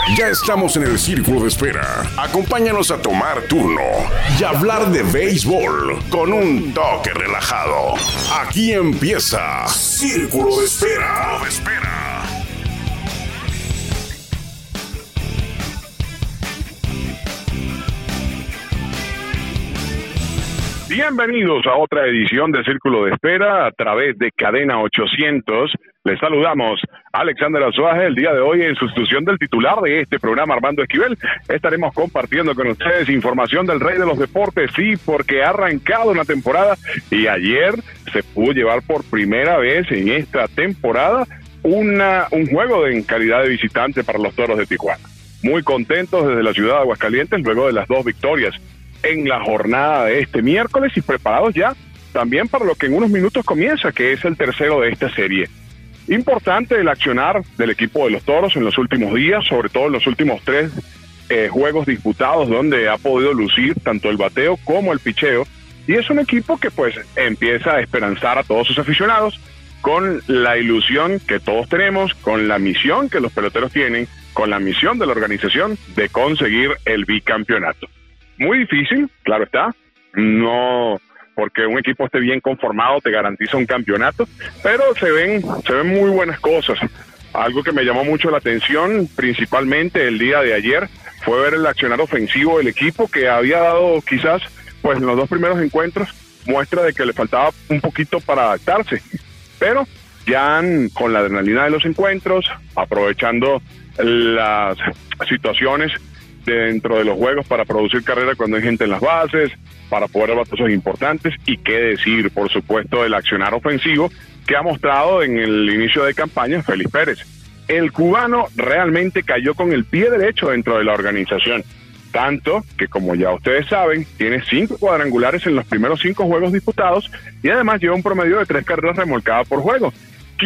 Ya estamos en el círculo de espera. Acompáñanos a tomar turno y hablar de béisbol con un toque relajado. Aquí empieza Círculo de Espera. Bienvenidos a otra edición de Círculo de Espera a través de Cadena 800. Les saludamos a Alexander Azuaje el día de hoy en sustitución del titular de este programa, Armando Esquivel. Estaremos compartiendo con ustedes información del rey de los deportes, sí, porque ha arrancado una temporada y ayer se pudo llevar por primera vez en esta temporada un juego en calidad de visitante para los Toros de Tijuana. Muy contentos desde la ciudad de Aguascalientes luego de las 2 victorias en la jornada de este miércoles y preparados ya también para lo que en unos minutos comienza, que es el tercero de esta serie. Importante el accionar del equipo de los Toros en los últimos días, sobre todo en los últimos 3 juegos disputados donde ha podido lucir tanto el bateo como el picheo, y es un equipo que pues empieza a esperanzar a todos sus aficionados con la ilusión que todos tenemos, con la misión que los peloteros tienen, con la misión de la organización de conseguir el bicampeonato. Muy difícil, claro está, no porque un equipo esté bien conformado te garantiza un campeonato, pero se ven muy buenas cosas. Algo que me llamó mucho la atención, principalmente el día de ayer, fue ver el accionar ofensivo del equipo, que había dado quizás, pues en los 2 primeros encuentros, muestra de que le faltaba un poquito para adaptarse, pero ya con la adrenalina de los encuentros, aprovechando las situaciones dentro de los juegos para producir carrera cuando hay gente en las bases, para poder dar batazos importantes, y qué decir, por supuesto, del accionar ofensivo que ha mostrado en el inicio de campaña Félix Pérez. El cubano realmente cayó con el pie derecho dentro de la organización, tanto que, como ya ustedes saben, tiene 5 cuadrangulares en los primeros 5 juegos disputados y además lleva un promedio de 3 carreras remolcadas por juego.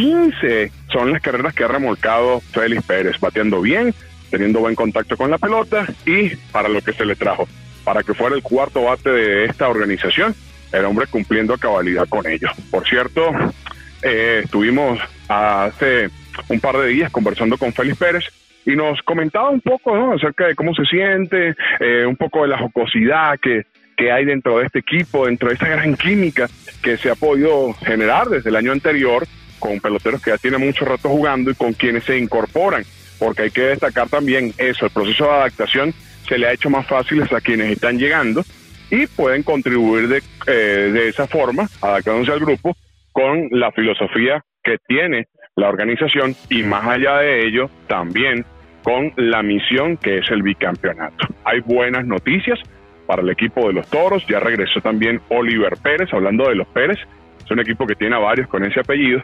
15 son las carreras que ha remolcado Félix Pérez, bateando bien, teniendo buen contacto con la pelota y para lo que se le trajo, para que fuera el cuarto bate de esta organización, el hombre cumpliendo a cabalidad con ello. Por cierto, estuvimos hace un par de días conversando con Félix Pérez y nos comentaba un poco, ¿no?, acerca de cómo se siente, un poco de la jocosidad que hay dentro de este equipo, dentro de esta gran química que se ha podido generar desde el año anterior con peloteros que ya tienen mucho rato jugando y con quienes se incorporan, porque hay que destacar también eso, el proceso de adaptación se le ha hecho más fácil a quienes están llegando y pueden contribuir de esa forma, adaptándose al grupo con la filosofía que tiene la organización y más allá de ello también con la misión que es el bicampeonato. Hay buenas noticias para el equipo de los Toros, ya regresó también Oliver Pérez, hablando de los Pérez, es un equipo que tiene a varios con ese apellido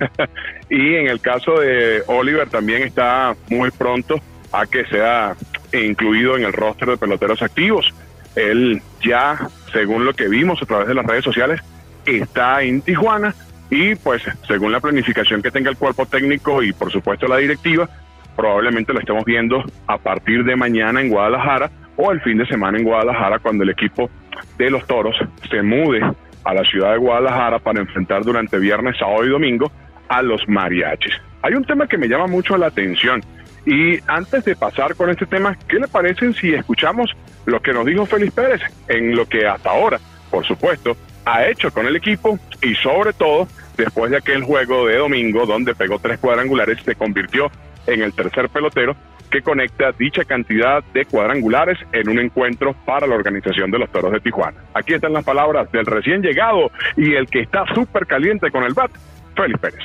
y en el caso de Oliver también está muy pronto a que sea incluido en el roster de peloteros activos. Él ya, según lo que vimos a través de las redes sociales, está en Tijuana y pues según la planificación que tenga el cuerpo técnico y por supuesto la directiva, probablemente lo estemos viendo a partir de mañana en Guadalajara o el fin de semana en Guadalajara, cuando el equipo de los Toros se mude a la ciudad de Guadalajara para enfrentar durante viernes, sábado y domingo a los Mariachis. Hay un tema que me llama mucho la atención y antes de pasar con este tema, ¿qué le parecen si escuchamos lo que nos dijo Félix Pérez en lo que hasta ahora, por supuesto, ha hecho con el equipo y sobre todo después de aquel juego de domingo donde pegó 3 cuadrangulares, se convirtió en el tercer pelotero que conecta dicha cantidad de cuadrangulares en un encuentro para la organización de los Toros de Tijuana? Aquí están las palabras del recién llegado y el que está súper caliente con el bat, Félix Pérez.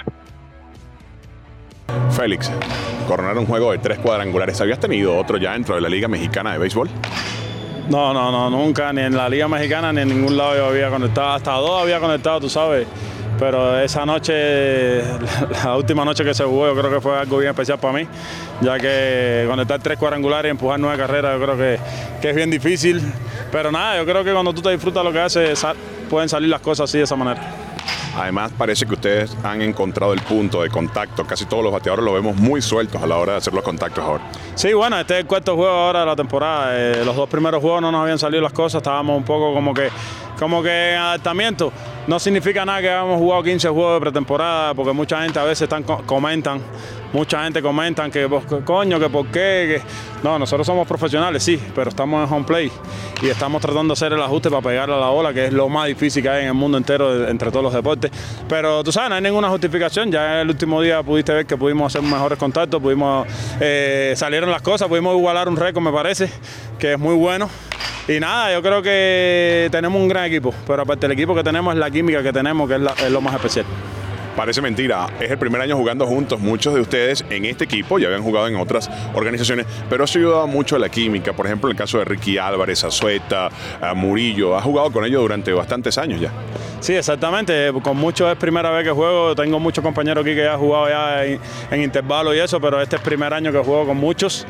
Félix, coronar un juego de 3 cuadrangulares, ¿habías tenido otro ya dentro de la Liga Mexicana de Béisbol? No, nunca, ni en la Liga Mexicana ni en ningún lado yo había conectado, hasta 2 había conectado, tú sabes. Pero esa noche, la última noche que se jugó, yo creo que fue algo bien especial para mí, ya que conectar 3 cuadrangulares y empujar 9 carreras, yo creo que es bien difícil. Pero nada, yo creo que cuando tú te disfrutas lo que haces, pueden salir las cosas así de esa manera. Además, parece que ustedes han encontrado el punto de contacto. Casi todos los bateadores los vemos muy sueltos a la hora de hacer los contactos ahora. Sí, bueno, este es el 4º juego ahora de la temporada. Los 2 primeros juegos no nos habían salido las cosas, estábamos un poco como que en adaptamiento. no significa nada que hayamos jugado 15 juegos de pretemporada, porque mucha gente a veces comentan que coño, que por qué. No, nosotros somos profesionales, sí, pero estamos en home play y estamos tratando de hacer el ajuste para pegarle a la bola, que es lo más difícil que hay en el mundo entero entre todos los deportes. Pero tú sabes, no hay ninguna justificación. Ya el último día pudiste ver que pudimos hacer mejores contactos, salieron las cosas, pudimos igualar un récord, me parece, que es muy bueno. Y nada, yo creo que tenemos un gran equipo, pero aparte del equipo que tenemos es la química que tenemos, que es lo más especial. Parece mentira, es el primer año jugando juntos. Muchos de ustedes en este equipo ya habían jugado en otras organizaciones, pero eso ayudaba mucho a la química. Por ejemplo, el caso de Ricky Álvarez, Azueta, Murillo, has jugado con ellos durante bastantes años ya. Sí, exactamente, con muchos es primera vez que juego, tengo muchos compañeros aquí que ya han jugado ya en intervalo y eso, pero este es el primer año que juego con muchos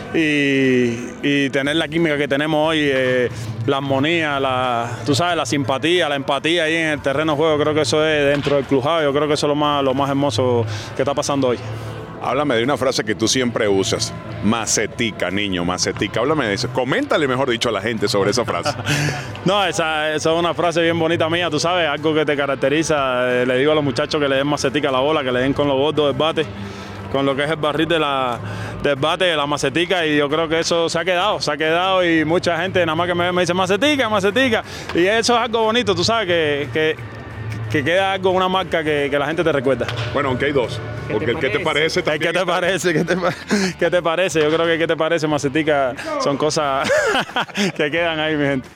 y tener la química que tenemos hoy, la armonía, tú sabes, la simpatía, la empatía ahí en el terreno de juego, creo que eso es dentro del clubhouse, yo creo que eso es lo más hermoso que está pasando hoy. Háblame de una frase que tú siempre usas. Macetica, niño, macetica. Háblame de eso. Coméntale, mejor dicho, a la gente sobre esa frase. No, esa es una frase bien bonita mía, tú sabes, algo que te caracteriza. Le digo a los muchachos que le den macetica a la bola, que le den con los gordos del bate, con lo que es el barril del bate, de la macetica, y yo creo que eso se ha quedado y mucha gente nada más que me dice macetica, y eso es algo bonito, tú sabes, que queda algo, una marca que la gente te recuerda. Bueno, aunque hay dos. Porque el que te parece también. ¿Qué te parece? Yo creo que ¿qué te parece, macetica? Son cosas que quedan ahí, mi gente.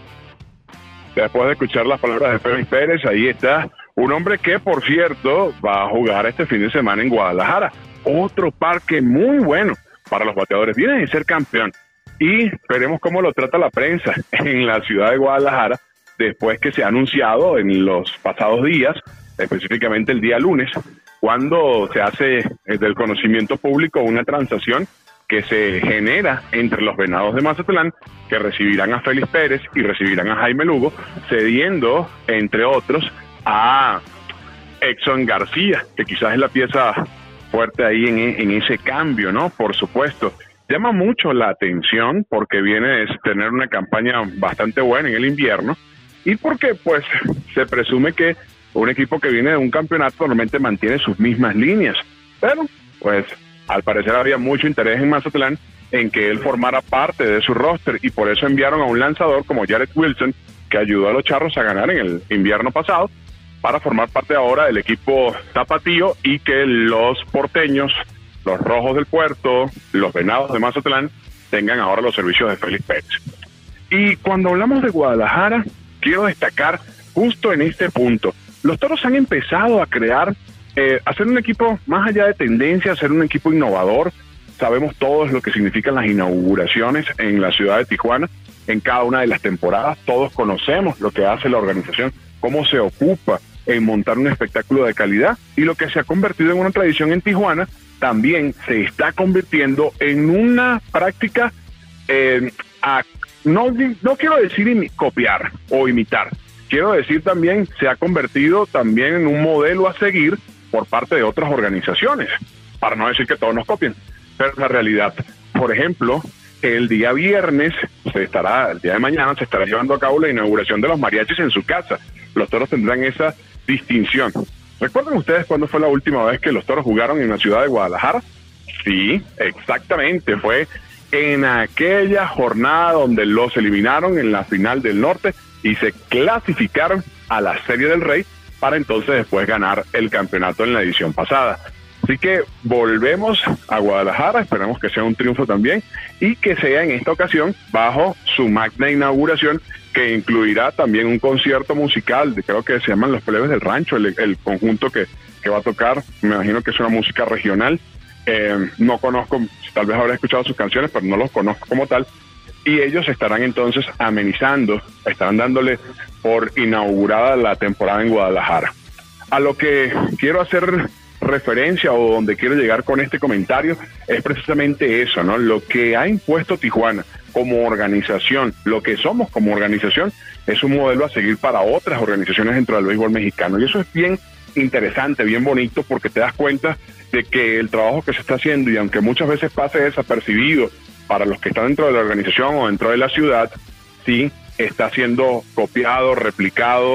Después de escuchar las palabras de Félix Pérez, ahí está un hombre que, por cierto, va a jugar este fin de semana en Guadalajara. Otro parque muy bueno para los bateadores. Viene de ser campeón. Y veremos cómo lo trata la prensa en la ciudad de Guadalajara, después que se ha anunciado en los pasados días, específicamente el día lunes, cuando se hace del conocimiento público una transacción que se genera entre los Venados de Mazatlán, que recibirán a Félix Pérez y recibirán a Jaime Lugo, cediendo, entre otros, a Exxon García, que quizás es la pieza fuerte ahí en ese cambio, ¿no? Por supuesto. Llama mucho la atención porque viene de tener una campaña bastante buena en el invierno y porque pues se presume que un equipo que viene de un campeonato normalmente mantiene sus mismas líneas, pero pues al parecer había mucho interés en Mazatlán en que él formara parte de su roster y por eso enviaron a un lanzador como Jared Wilson, que ayudó a los Charros a ganar en el invierno pasado, para formar parte ahora del equipo tapatío y que los porteños, los Rojos del Puerto, los Venados de Mazatlán, tengan ahora los servicios de Félix Pérez. Y cuando hablamos de Guadalajara, quiero destacar justo en este punto. Los Toros han empezado a crear, a ser un equipo más allá de tendencia, a ser un equipo innovador. Sabemos todos lo que significan las inauguraciones en la ciudad de Tijuana, en cada una de las temporadas. Todos conocemos lo que hace la organización, cómo se ocupa en montar un espectáculo de calidad, y lo que se ha convertido en una tradición en Tijuana también se está convirtiendo en una práctica, no quiero decir copiar o imitar, quiero decir también se ha convertido también en un modelo a seguir por parte de otras organizaciones, para no decir que todos nos copien, pero la realidad. Por ejemplo, el día viernes, el día de mañana, se estará llevando a cabo la inauguración de los mariachis en su casa. Los Toros tendrán esa distinción. ¿Recuerdan ustedes cuándo fue la última vez que los Toros jugaron en la ciudad de Guadalajara? Sí, exactamente, fue en aquella jornada donde los eliminaron en la final del norte y se clasificaron a la Serie del Rey para entonces después ganar el campeonato en la edición pasada. Así que volvemos a Guadalajara, esperamos que sea un triunfo también y que sea en esta ocasión bajo su magna inauguración, que incluirá también un concierto musical, creo que se llaman Los Plebes del Rancho, el conjunto que va a tocar. Me imagino que es una música regional. No conozco, tal vez habré escuchado sus canciones, pero no los conozco como tal. Y ellos estarán entonces amenizando, estarán dándole por inaugurada la temporada en Guadalajara. A lo que quiero hacer referencia o donde quiero llegar con este comentario es precisamente eso, ¿no? Lo que ha impuesto Tijuana como organización, lo que somos como organización, es un modelo a seguir para otras organizaciones dentro del béisbol mexicano. Y eso es bien interesante, bien bonito, porque te das cuenta de que el trabajo que se está haciendo, y aunque muchas veces pase desapercibido para los que están dentro de la organización o dentro de la ciudad, sí está siendo copiado, replicado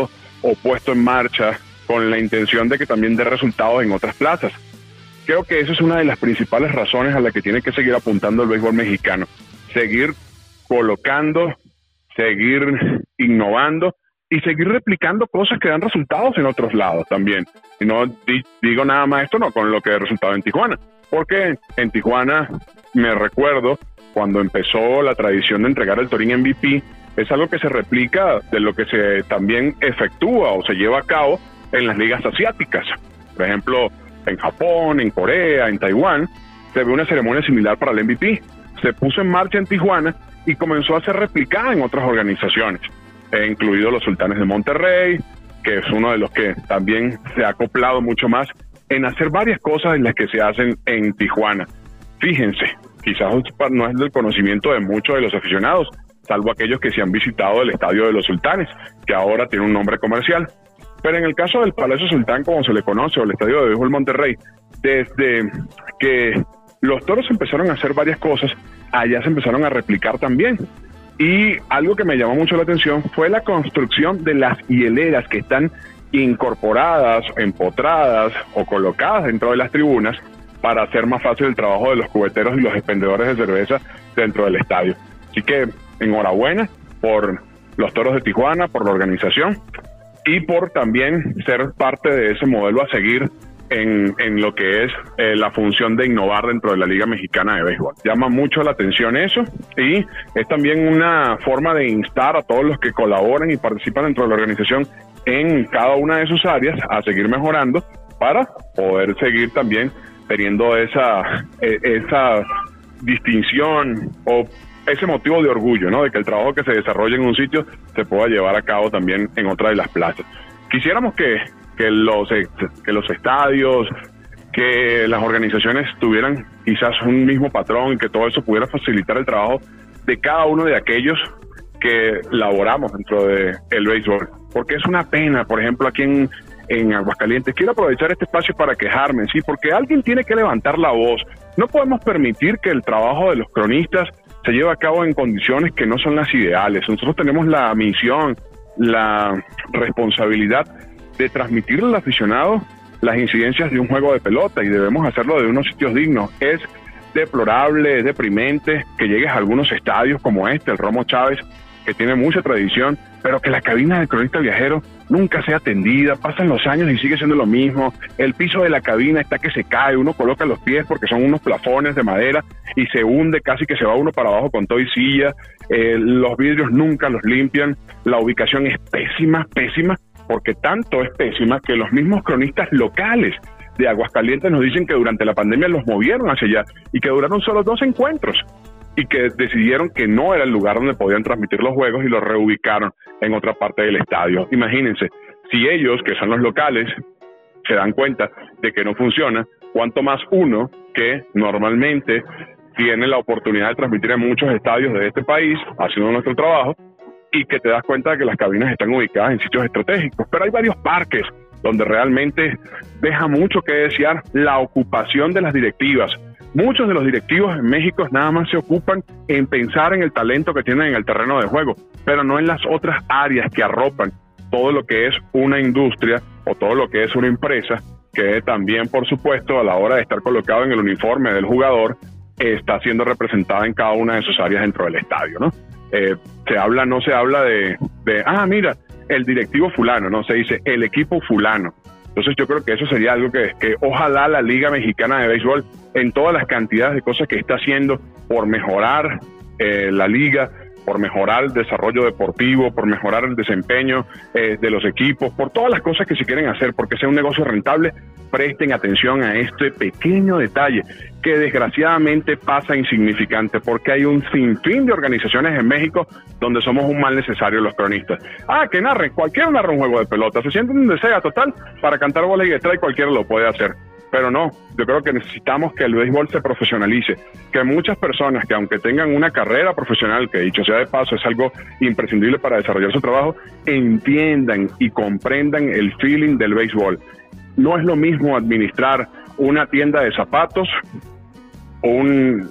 o puesto en marcha con la intención de que también dé resultados en otras plazas. Creo que esa es una de las principales razones a la que tiene que seguir apuntando el béisbol mexicano. Seguir colocando, seguir innovando y seguir replicando cosas que dan resultados en otros lados también. Y no digo nada más esto, no con lo que ha resultado en Tijuana, porque en Tijuana me recuerdo cuando empezó la tradición de entregar el Torín MVP, es algo que se replica de lo que se también efectúa o se lleva a cabo en las ligas asiáticas. Por ejemplo, en Japón, en Corea, en Taiwán, se ve una ceremonia similar para el MVP. Se puso en marcha en Tijuana y comenzó a ser replicada en otras organizaciones, incluidos los Sultanes de Monterrey, que es uno de los que también se ha acoplado mucho más en hacer varias cosas en las que se hacen en Tijuana. Fíjense, quizás no es del conocimiento de muchos de los aficionados, salvo aquellos que se han visitado el estadio de los Sultanes, que ahora tiene un nombre comercial. Pero en el caso del Palacio Sultán, como se le conoce, o el estadio de béisbol Monterrey, desde que los Toros empezaron a hacer varias cosas, allá se empezaron a replicar también. Y algo que me llamó mucho la atención fue la construcción de las hieleras que están incorporadas, empotradas o colocadas dentro de las tribunas para hacer más fácil el trabajo de los cubeteros y los expendedores de cerveza dentro del estadio. Así que enhorabuena por los Toros de Tijuana, por la organización y por también ser parte de ese modelo a seguir en lo que es la función de innovar dentro de la Liga Mexicana de Béisbol. Llama mucho la atención eso y es también una forma de instar a todos los que colaboran y participan dentro de la organización en cada una de sus áreas a seguir mejorando para poder seguir también teniendo esa distinción o ese motivo de orgullo, ¿no? De que el trabajo que se desarrolla en un sitio se pueda llevar a cabo también en otra de las plazas. Quisiéramos que los estadios, que las organizaciones tuvieran quizás un mismo patrón y que todo eso pudiera facilitar el trabajo de cada uno de aquellos que laboramos dentro del béisbol. Porque es una pena, por ejemplo, aquí en Aguascalientes, quiero aprovechar este espacio para quejarme, ¿sí? Porque alguien tiene que levantar la voz. No podemos permitir que el trabajo de los cronistas se lleve a cabo en condiciones que no son las ideales. Nosotros tenemos la misión, la responsabilidad de transmitirle al aficionado las incidencias de un juego de pelota y debemos hacerlo de unos sitios dignos. Es deplorable, es deprimente que llegues a algunos estadios como el Romo Chávez, que tiene mucha tradición, pero que la cabina del cronista viajero nunca sea atendida, pasan los años y sigue siendo lo mismo, el piso de la cabina está que se cae, uno coloca los pies porque son unos plafones de madera y se hunde, casi que se va uno para abajo con todo y silla, los vidrios nunca los limpian, la ubicación es pésima, porque tanto es pésima que los mismos cronistas locales de Aguascalientes nos dicen que durante la pandemia los movieron hacia allá y que duraron solo 2 encuentros y que decidieron que no era el lugar donde podían transmitir los juegos y los reubicaron en otra parte del estadio. Imagínense, si ellos, que son los locales, se dan cuenta de que no funciona, cuánto más uno que normalmente tiene la oportunidad de transmitir en muchos estadios de este país, haciendo nuestro trabajo, y que te das cuenta de que las cabinas están ubicadas en sitios estratégicos. Pero hay varios parques donde realmente deja mucho que desear la ocupación de las directivas. Muchos de los directivos en México nada más se ocupan en pensar en el talento que tienen en el terreno de juego, pero no en las otras áreas que arropan todo lo que es una industria o todo lo que es una empresa, que también, por supuesto, a la hora de estar colocado en el uniforme del jugador, está siendo representada en cada una de sus áreas dentro del estadio, ¿no? No se habla de mira, el directivo fulano, no, se dice el equipo fulano. Entonces yo creo que eso sería algo que ojalá la Liga Mexicana de Béisbol, en todas las cantidades de cosas que está haciendo por mejorar la liga, por mejorar el desarrollo deportivo, por mejorar el desempeño de los equipos, por todas las cosas que se quieren hacer, porque sea un negocio rentable, presten atención a este pequeño detalle que desgraciadamente pasa insignificante, porque hay un sinfín de organizaciones en México donde somos un mal necesario los cronistas. Que narren, cualquiera narra un juego de pelota, se sienten donde sea, total, para cantar bola y strike cualquiera lo puede hacer. Pero no, yo creo que necesitamos que el béisbol se profesionalice, que muchas personas que aunque tengan una carrera profesional, que dicho sea de paso es algo imprescindible para desarrollar su trabajo, entiendan y comprendan el feeling del béisbol. No es lo mismo administrar una tienda de zapatos o un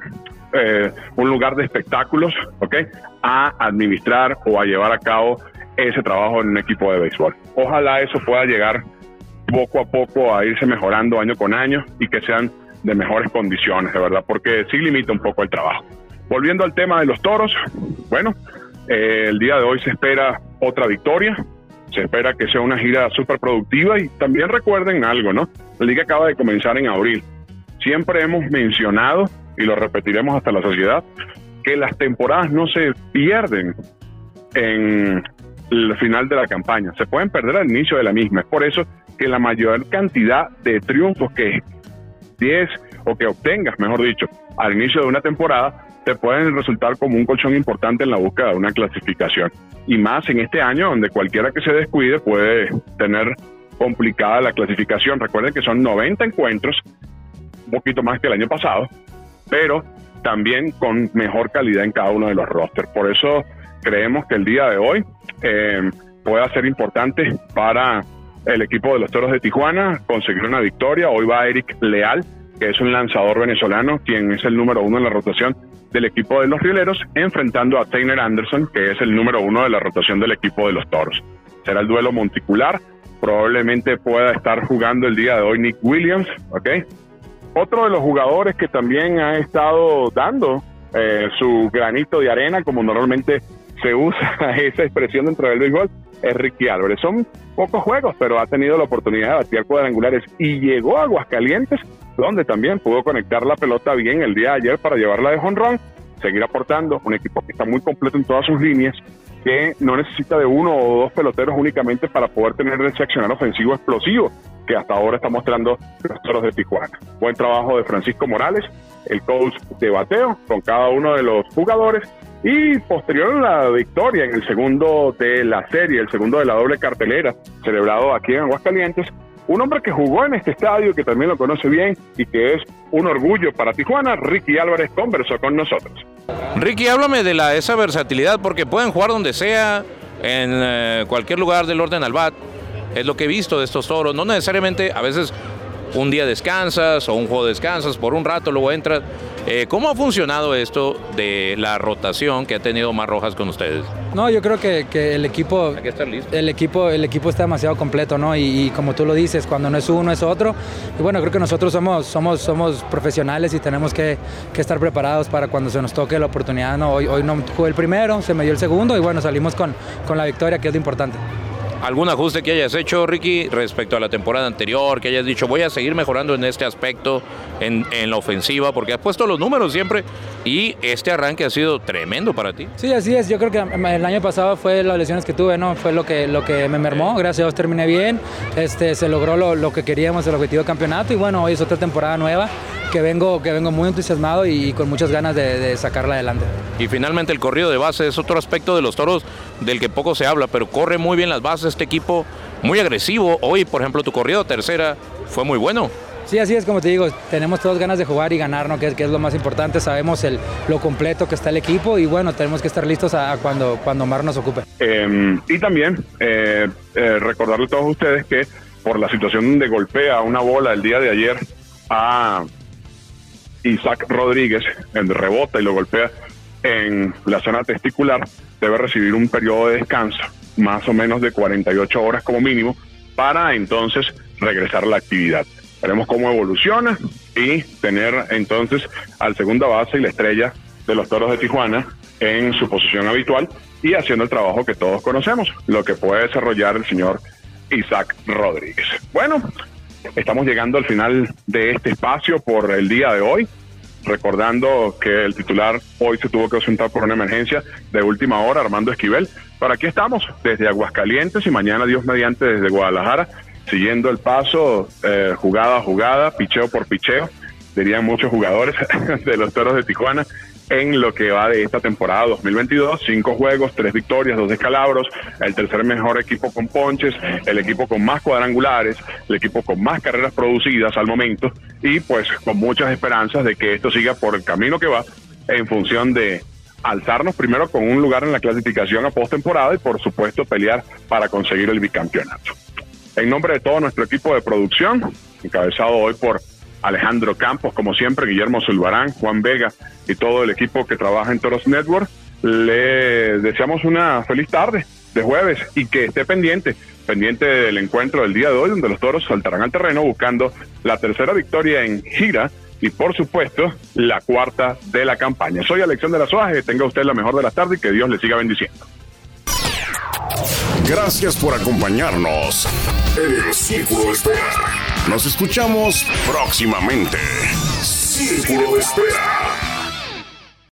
lugar de espectáculos, ¿ok?, a administrar o a llevar a cabo ese trabajo en un equipo de béisbol. Ojalá eso pueda llegar poco a poco a irse mejorando año con año y que sean de mejores condiciones, de verdad, porque sí limita un poco el trabajo. Volviendo al tema de los Toros, bueno, el día de hoy se espera otra victoria, se espera que sea una gira súper productiva y también recuerden algo, ¿no? La liga acaba de comenzar en abril. Siempre hemos mencionado, y lo repetiremos hasta la saciedad, que las temporadas no se pierden en el final de la campaña, se pueden perder al inicio de la misma. Es por eso que la mayor cantidad de triunfos que obtengas, mejor dicho, al inicio de una temporada, te pueden resultar como un colchón importante en la búsqueda de una clasificación. Y más en este año, donde cualquiera que se descuide puede tener complicada la clasificación. Recuerden que son 90 encuentros, un poquito más que el año pasado, pero también con mejor calidad en cada uno de los rosters. Por eso creemos que el día de hoy pueda ser importante para el equipo de los Toros de Tijuana conseguir una victoria. Hoy va Eric Leal, que es un lanzador venezolano, quien es el número 1 en la rotación del equipo de los Rieleros, enfrentando a Tanner Anderson, que es el número 1 de la rotación del equipo de los Toros. Será el duelo monticular. Probablemente pueda estar jugando el día de hoy Nick Williams, ¿ok? Otro de los jugadores que también ha estado dando su granito de arena, como normalmente se usa esa expresión dentro del béisbol, es Ricky Álvarez. Son pocos juegos, pero ha tenido la oportunidad de batear cuadrangulares y llegó a Aguascalientes, donde también pudo conectar la pelota bien el día de ayer para llevarla de jonrón, seguir aportando. Un equipo que está muy completo en todas sus líneas, que no necesita de uno o dos peloteros únicamente para poder tener ese accionar ofensivo explosivo que hasta ahora está mostrando los Toros de Tijuana. Buen trabajo de Francisco Morales, el coach de bateo, con cada uno de los jugadores. Y posterior a la victoria en el segundo de la serie, el segundo de la doble cartelera, celebrado aquí en Aguascalientes, un hombre que jugó en este estadio, que también lo conoce bien y que es un orgullo para Tijuana, Ricky Álvarez, conversó con nosotros. Ricky, háblame de esa versatilidad, porque pueden jugar donde sea, en cualquier lugar del orden al bat. Es lo que he visto de estos Toros. No necesariamente, a veces un día descansas o un juego descansas por un rato, luego entras. ¿Cómo ha funcionado esto de la rotación que ha tenido Omar Rojas con ustedes? No, yo creo que el equipo, hay que estar listo. El equipo está demasiado completo, ¿no? Y como tú lo dices, cuando no es uno es otro. Y bueno, creo que nosotros somos profesionales y tenemos que estar preparados para cuando se nos toque la oportunidad, ¿no? Hoy no jugué el primero, se me dio el segundo y bueno, salimos con la victoria, que es lo importante. ¿Algún ajuste que hayas hecho, Ricky, respecto a la temporada anterior, que hayas dicho voy a seguir mejorando en este aspecto, en la ofensiva, porque has puesto los números siempre y este arranque ha sido tremendo para ti? Sí, así es. Yo creo que el año pasado fue las lesiones que tuve, ¿no? Fue lo que me mermó. Gracias a Dios terminé bien. Se logró lo que queríamos, el objetivo de campeonato, y bueno, hoy es otra temporada nueva que vengo muy entusiasmado y con muchas ganas de sacarla adelante. Y finalmente el corrido de base es otro aspecto de los Toros del que poco se habla, pero corre muy bien las bases este equipo, muy agresivo. Hoy, por ejemplo, tu corrido tercera fue muy bueno. Sí, así es, como te digo, tenemos todas ganas de jugar y ganar, ¿no? Que es lo más importante. Sabemos lo completo que está el equipo y bueno, tenemos que estar listos a cuando Omar nos ocupe. Y también recordarle a todos ustedes que por la situación de golpea una bola el día de ayer a Isaac Rodríguez, rebota y lo golpea en la zona testicular, debe recibir un periodo de descanso, más o menos de 48 horas como mínimo, para entonces regresar a la actividad. Veremos cómo evoluciona y tener entonces al segunda base y la estrella de los Toros de Tijuana en su posición habitual y haciendo el trabajo que todos conocemos, lo que puede desarrollar el señor Isaac Rodríguez. Bueno, estamos llegando al final de este espacio por el día de hoy, recordando que el titular hoy se tuvo que ausentar por una emergencia de última hora, Armando Esquivel, pero aquí estamos desde Aguascalientes y mañana, Dios mediante, desde Guadalajara, siguiendo el paso, jugada a jugada, picheo por picheo, dirían muchos jugadores de los Toros de Tijuana, en lo que va de esta temporada 2022, 5 juegos, 3 victorias, 2 descalabros, el tercer mejor equipo con ponches, el equipo con más cuadrangulares, el equipo con más carreras producidas al momento, y pues con muchas esperanzas de que esto siga por el camino que va, en función de alzarnos primero con un lugar en la clasificación a postemporada y por supuesto pelear para conseguir el bicampeonato. En nombre de todo nuestro equipo de producción, encabezado hoy por Alejandro Campos, como siempre, Guillermo Zulbarán, Juan Vega y todo el equipo que trabaja en Toros Network, le deseamos una feliz tarde de jueves, y que esté pendiente del encuentro del día de hoy, donde los toros saltarán al terreno buscando la tercera victoria en gira y, por supuesto, la cuarta de la campaña. Soy Alexander Azuaje, tenga usted la mejor de las tardes y que Dios le siga bendiciendo. Gracias por acompañarnos en el Círculo de Espera. Nos escuchamos próximamente. Círculo de Espera.